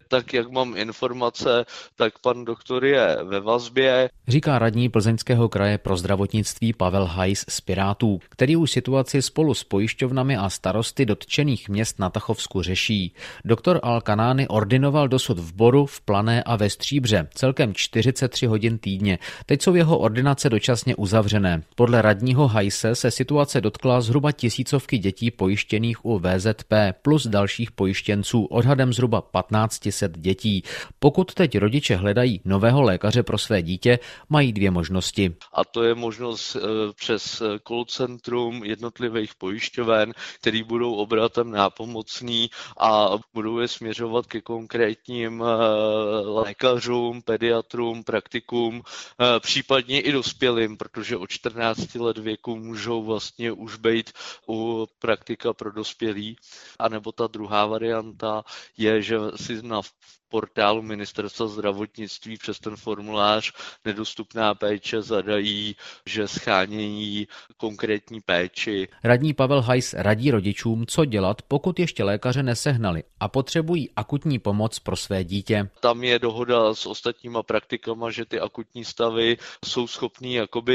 Tak jak mám informace, tak pan doktor je ve vazbě. Říká radní Plzeňského kraje pro zdravotnictví Pavel Hajs z Pirátů, který už situaci spolu s pojišťovnami a starosty dotčených měst na Tachovsku řeší. Doktor Al-Kanány ordinoval dosud v Boru, v Plané a ve Stříbře, celkem 43 hodin týdně. Teď jsou jeho ordinace dočasně uzavřené. Podle radního Hajse se situace dotkla zhruba 1000 dětí pojištěných u VZP plus dalších pojištěnců, odhadem zhruba 1500 dětí. Pokud teď rodiče hledají nového lékaře pro své dítě, mají dvě možnosti. A to je možnost přes call centrum jednotlivých pojišťoven, který budou obratem nápomocný a budou je směřovat ke konkrétním lékařům, pediatrům, praktikům, případně i dospělým, protože od 14 let věku můžou vlastně už být u praktika pro dospělí. A nebo ta druhá varianta je, že si na portálu Ministerstva zdravotnictví přes ten formulář Nedostupná péče zadají, že schánějí konkrétní péči. Radní Pavel Hajs radí rodičům, co dělat, pokud ještě lékaře nesehnali a potřebují akutní pomoc pro své dítě. Tam je dohoda s ostatníma praktikama, že ty akutní stavy jsou schopní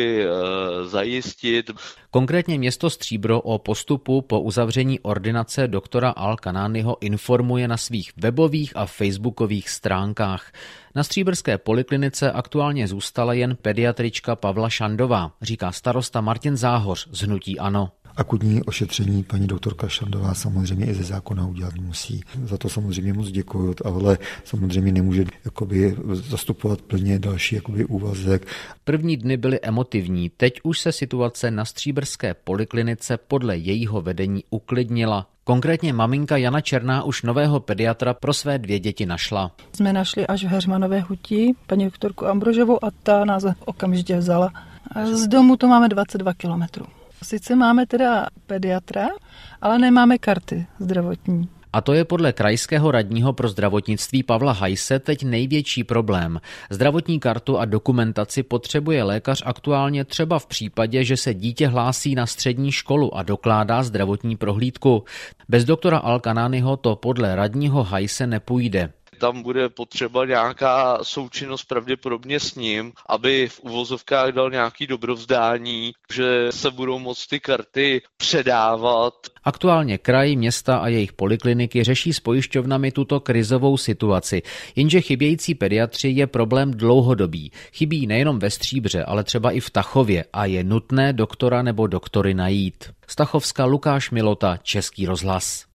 zajistit. Konkrétně město Stříbro o postupu po uzavření ordinace doktora Al-Kanányho informuje na svých webových a facebookových stránkách. Na stříbrské poliklinice aktuálně zůstala jen pediatrička Pavla Šandová, říká starosta Martin Záhoř z hnutí ANO. Akutní ošetření paní doktorka Šandová samozřejmě i ze zákona udělat musí. Za to samozřejmě moc děkuju, ale samozřejmě nemůže zastupovat plně další úvazek. První dny byly emotivní, teď už se situace na stříbrské poliklinice podle jejího vedení uklidnila. Konkrétně maminka Jana Černá už nového pediatra pro své 2 děti našla. Jsme našli až v Heřmanové Huti paní doktorku Ambrožovou a ta nás okamžitě vzala. A z domu to máme 22 kilometrů. Sice máme teda pediatra, ale nemáme karty zdravotní. A to je podle krajského radního pro zdravotnictví Pavla Hajse teď největší problém. Zdravotní kartu a dokumentaci potřebuje lékař aktuálně třeba v případě, že se dítě hlásí na střední školu a dokládá zdravotní prohlídku. Bez doktora Al-Kanányho to podle radního Hajse nepůjde. Tam bude potřeba nějaká součinnost pravděpodobně s ním, aby v uvozovkách dal nějaký dobrovzdání, že se budou moct ty karty předávat. Aktuálně kraj, města a jejich polikliniky řeší s pojišťovnami tuto krizovou situaci. Jenže chybějící pediatři je problém dlouhodobý. Chybí nejenom ve Stříbře, ale třeba i v Tachově a je nutné doktora nebo doktory najít. Z Tachovska Lukáš Milota, Český rozhlas.